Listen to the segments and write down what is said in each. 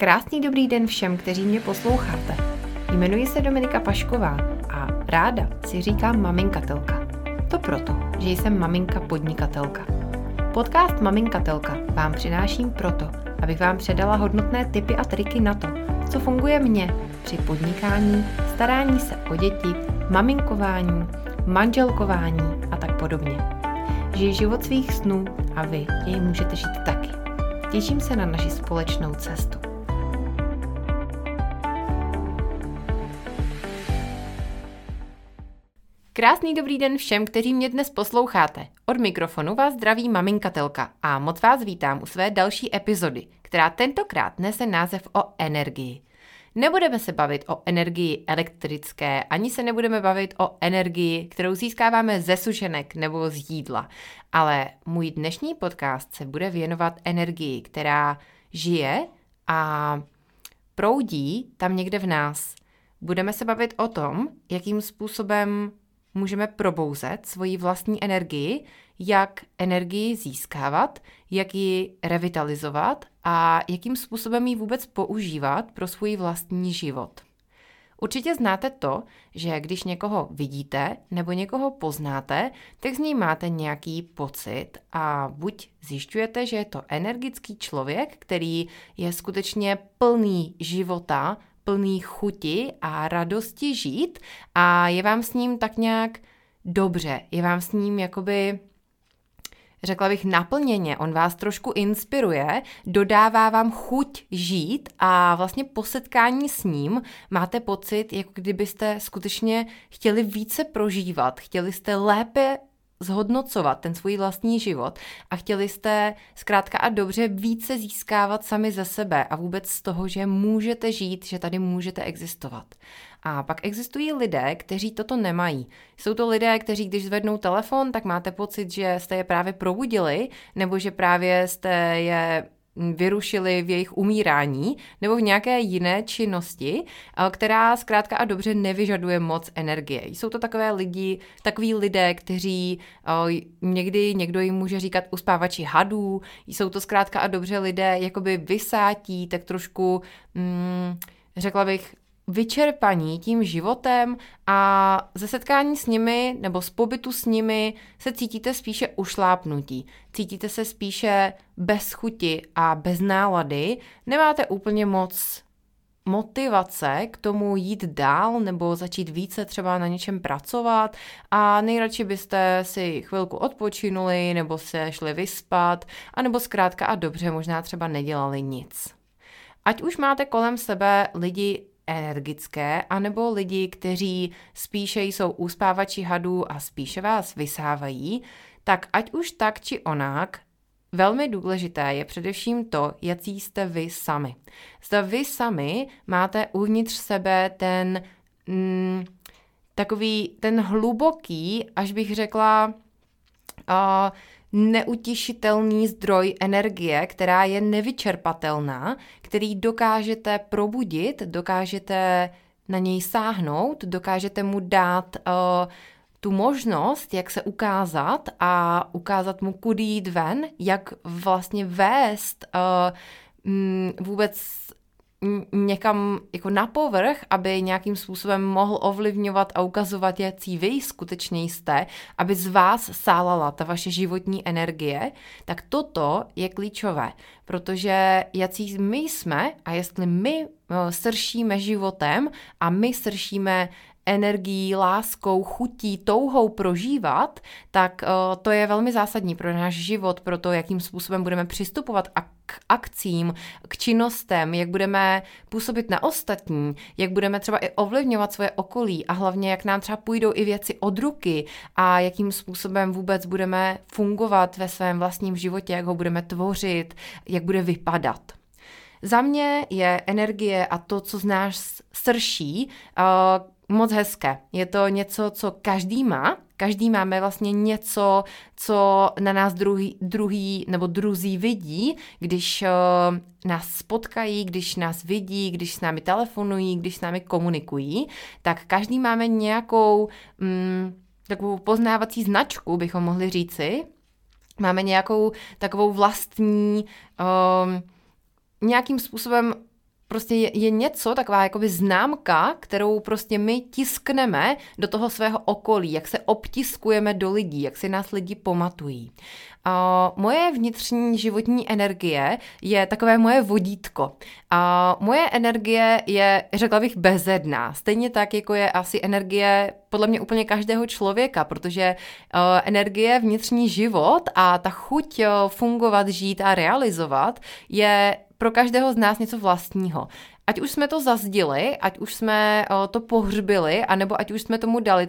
Krásný dobrý den všem, kteří mě posloucháte. Jmenuji se Dominika Pašková a ráda si říkám maminkatelka. To proto, že jsem maminka podnikatelka. Podcast Maminkatelka vám přináším proto, abych vám předala hodnotné tipy a triky na to, co funguje mně při podnikání, starání se o děti, maminkování, manželkování a tak podobně. Žij život svých snů a vy jej můžete žít taky. Těším se na naši společnou cestu. Krásný dobrý den všem, kteří mě dnes posloucháte. Od mikrofonu vás zdraví maminkatelka a moc vás vítám u své další epizody, která tentokrát nese název o energii. Nebudeme se bavit o energii elektrické, ani se nebudeme bavit o energii, kterou získáváme ze sušenek nebo z jídla, ale můj dnešní podcast se bude věnovat energii, která žije a proudí tam někde v nás. Budeme se bavit o tom, jakým způsobem můžeme probouzet svoji vlastní energii, jak energii získávat, jak ji revitalizovat a jakým způsobem ji vůbec používat pro svůj vlastní život. Určitě znáte to, že když někoho vidíte nebo někoho poznáte, tak z něj máte nějaký pocit a buď zjišťujete, že je to energický člověk, který je skutečně plný života, plný chuti a radosti žít a je vám s ním tak nějak dobře, je vám s ním jakoby, řekla bych, naplněně, on vás trošku inspiruje, dodává vám chuť žít a vlastně po setkání s ním máte pocit, jako kdybyste skutečně chtěli více prožívat, chtěli jste lépe zhodnocovat ten svůj vlastní život a chtěli jste zkrátka a dobře více získávat sami ze sebe a vůbec z toho, že můžete žít, že tady můžete existovat. A pak existují lidé, kteří toto nemají. Jsou to lidé, kteří když zvednou telefon, tak máte pocit, že jste je právě probudili, nebo že právě jste je vyrušili v jejich umírání nebo v nějaké jiné činnosti, která zkrátka a dobře nevyžaduje moc energie. Jsou to takoví lidé, kteří někdy někdo jim může říkat uspávači hadů, jsou to zkrátka a dobře lidé jakoby vysátí, tak trošku, řekla bych, vyčerpaní tím životem a ze setkání s nimi nebo z pobytu s nimi se cítíte spíše ušlápnutí. Cítíte se spíše bez chuti a bez nálady. Nemáte úplně moc motivace k tomu jít dál nebo začít více třeba na něčem pracovat a nejradši byste si chvilku odpočinuli nebo se šli vyspat anebo zkrátka a dobře možná třeba nedělali nic. Ať už máte kolem sebe lidi energické, anebo lidi, kteří spíše jsou uspávači hadů a spíše vás vysávají, tak ať už tak či onak, velmi důležité je především to, jaký jste vy sami. Zda vy sami máte uvnitř sebe ten hluboký, až bych řekla, neutišitelný zdroj energie, která je nevyčerpatelná, který dokážete probudit, dokážete na něj sáhnout, dokážete mu dát tu možnost, jak se ukázat a ukázat mu, kudy jít ven, jak vlastně vést vůbec někam jako na povrch, aby nějakým způsobem mohl ovlivňovat a ukazovat, jaký vy skutečně jste, aby z vás sálala ta vaše životní energie, tak toto je klíčové, protože jaký my jsme a jestli my sršíme životem a my sršíme energií, láskou, chutí, touhou prožívat, tak to je velmi zásadní pro náš život, pro to, jakým způsobem budeme přistupovat k akcím, k činnostem, jak budeme působit na ostatní, jak budeme třeba i ovlivňovat svoje okolí a hlavně, jak nám třeba půjdou i věci od ruky a jakým způsobem vůbec budeme fungovat ve svém vlastním životě, jak ho budeme tvořit, jak bude vypadat. Za mě je energie a to, co z nás srší, moc hezké. Je to něco, co každý má. Každý máme vlastně něco, co na nás druhý nebo druzí vidí, když nás spotkají, když nás vidí, když s námi telefonují, když s námi komunikují. Tak každý máme nějakou takovou poznávací značku, bychom mohli říci. Máme nějakou takovou vlastní, nějakým způsobem prostě je něco, taková jakoby známka, kterou prostě my tiskneme do toho svého okolí, jak se obtiskujeme do lidí, jak si nás lidi pamatují. Moje vnitřní životní energie je takové moje vodítko. Moje energie je, řekla bych, bezedná. Stejně tak, jako je asi energie podle mě úplně každého člověka, protože energie, vnitřní život a ta chuť fungovat, žít a realizovat je pro každého z nás něco vlastního. Ať už jsme to zazdili, ať už jsme to pohřbili, anebo ať už jsme tomu dali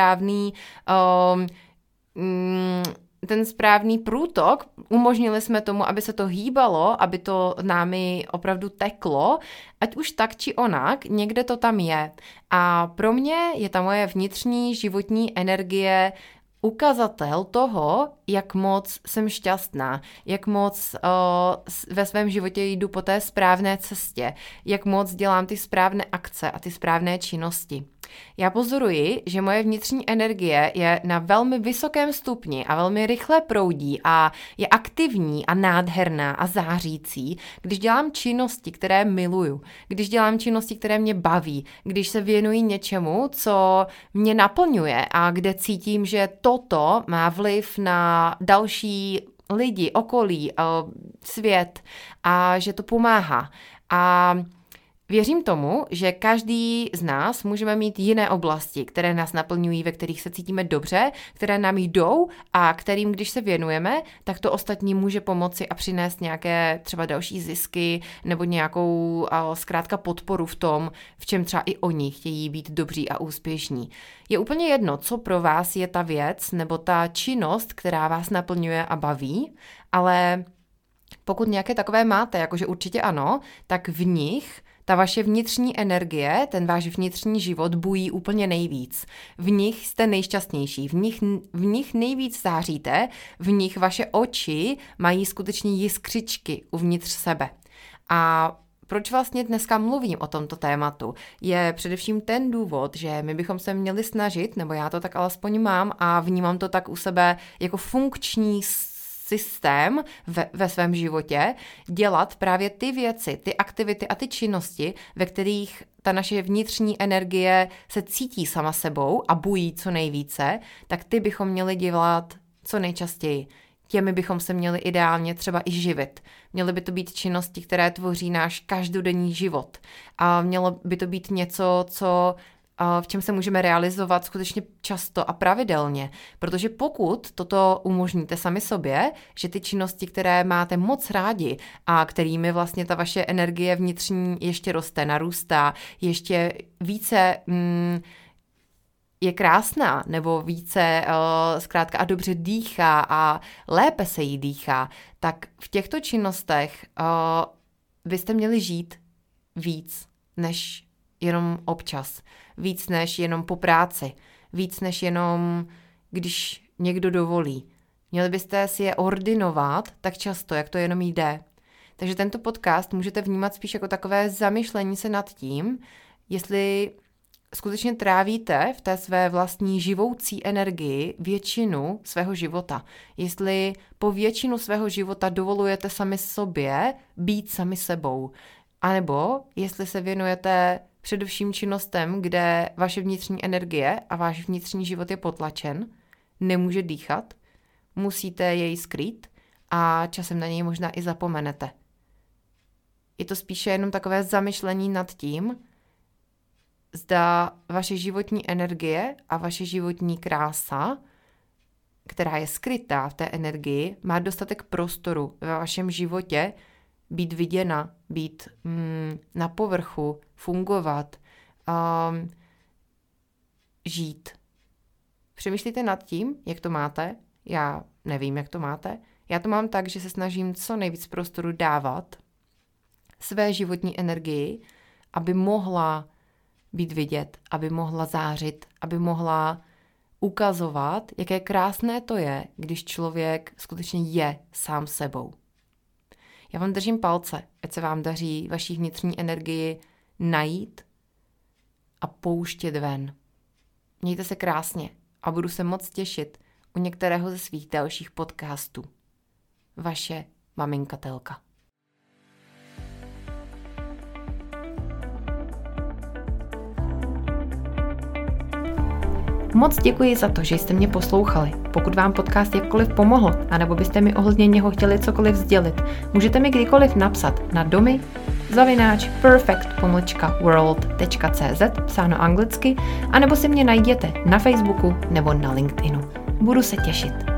ten správný průtok, umožnili jsme tomu, aby se to hýbalo, aby to námi opravdu teklo, ať už tak či onak, někde to tam je. A pro mě je ta moje vnitřní životní energie ukazatel toho, jak moc jsem šťastná, jak moc ve svém životě jdu po té správné cestě, jak moc dělám ty správné akce a ty správné činnosti. Já pozoruji, že moje vnitřní energie je na velmi vysokém stupni a velmi rychle proudí a je aktivní a nádherná a zářící, když dělám činnosti, které miluju, když dělám činnosti, které mě baví, když se věnuji něčemu, co mě naplňuje a kde cítím, že toto má vliv na další lidi, okolí, svět a že to pomáhá. A věřím tomu, že každý z nás můžeme mít jiné oblasti, které nás naplňují, ve kterých se cítíme dobře, které nám jdou a kterým, když se věnujeme, tak to ostatní může pomoci a přinést nějaké třeba další zisky nebo nějakou zkrátka podporu v tom, v čem třeba i oni chtějí být dobří a úspěšní. Je úplně jedno, co pro vás je ta věc nebo ta činnost, která vás naplňuje a baví, ale pokud nějaké takové máte, jakože určitě ano, tak v nich ta vaše vnitřní energie, ten váš vnitřní život bují úplně nejvíc. V nich jste nejšťastnější, v nich nejvíc záříte, v nich vaše oči mají skutečně jiskřičky uvnitř sebe. A proč vlastně dneska mluvím o tomto tématu? Je především ten důvod, že my bychom se měli snažit, nebo já to tak alespoň mám a vnímám to tak u sebe jako funkční systém ve svém životě, dělat právě ty věci, ty aktivity a ty činnosti, ve kterých ta naše vnitřní energie se cítí sama sebou a bují co nejvíce, tak ty bychom měli dělat co nejčastěji. Těmi bychom se měli ideálně třeba i živit. Měly by to být činnosti, které tvoří náš každodenní život. A mělo by to být něco, v čem se můžeme realizovat skutečně často a pravidelně. Protože pokud toto umožníte sami sobě, že ty činnosti, které máte moc rádi a kterými vlastně ta vaše energie vnitřní ještě roste, narůstá, ještě více je krásná nebo více zkrátka a dobře dýchá a lépe se jí dýchá, tak v těchto činnostech byste měli žít víc než jenom občas, víc než jenom po práci, víc než jenom když někdo dovolí. Měli byste si je ordinovat tak často, jak to jenom jde. Takže tento podcast můžete vnímat spíš jako takové zamyšlení se nad tím, jestli skutečně trávíte v té své vlastní živoucí energii většinu svého života. Jestli po většinu svého života dovolujete sami sobě být sami sebou. A nebo jestli se věnujete především činnostem, kde vaše vnitřní energie a váš vnitřní život je potlačen, nemůže dýchat, musíte jej skrýt a časem na něj možná i zapomenete. Je to spíše jenom takové zamyšlení nad tím, zda vaše životní energie a vaše životní krása, která je skrytá v té energii, má dostatek prostoru ve vašem životě být viděna, být na povrchu, fungovat, žít. Přemýšlíte nad tím, jak to máte? Já nevím, jak to máte. Já to mám tak, že se snažím co nejvíc prostoru dávat své životní energii, aby mohla být vidět, aby mohla zářit, aby mohla ukazovat, jaké krásné to je, když člověk skutečně je sám sebou. Já vám držím palce, ať se vám daří vaší vnitřní energii najít a pouštět ven. Mějte se krásně a budu se moc těšit u některého ze svých dalších podcastů. Vaše maminkatelka. Moc děkuji za to, že jste mě poslouchali. Pokud vám podcast jakkoliv pomohl, anebo byste mi ohledně něho chtěli cokoliv sdělit, můžete mi kdykoliv napsat na domy@perfect-world.cz, psáno anglicky, anebo si mě najděte na Facebooku nebo na LinkedInu. Budu se těšit.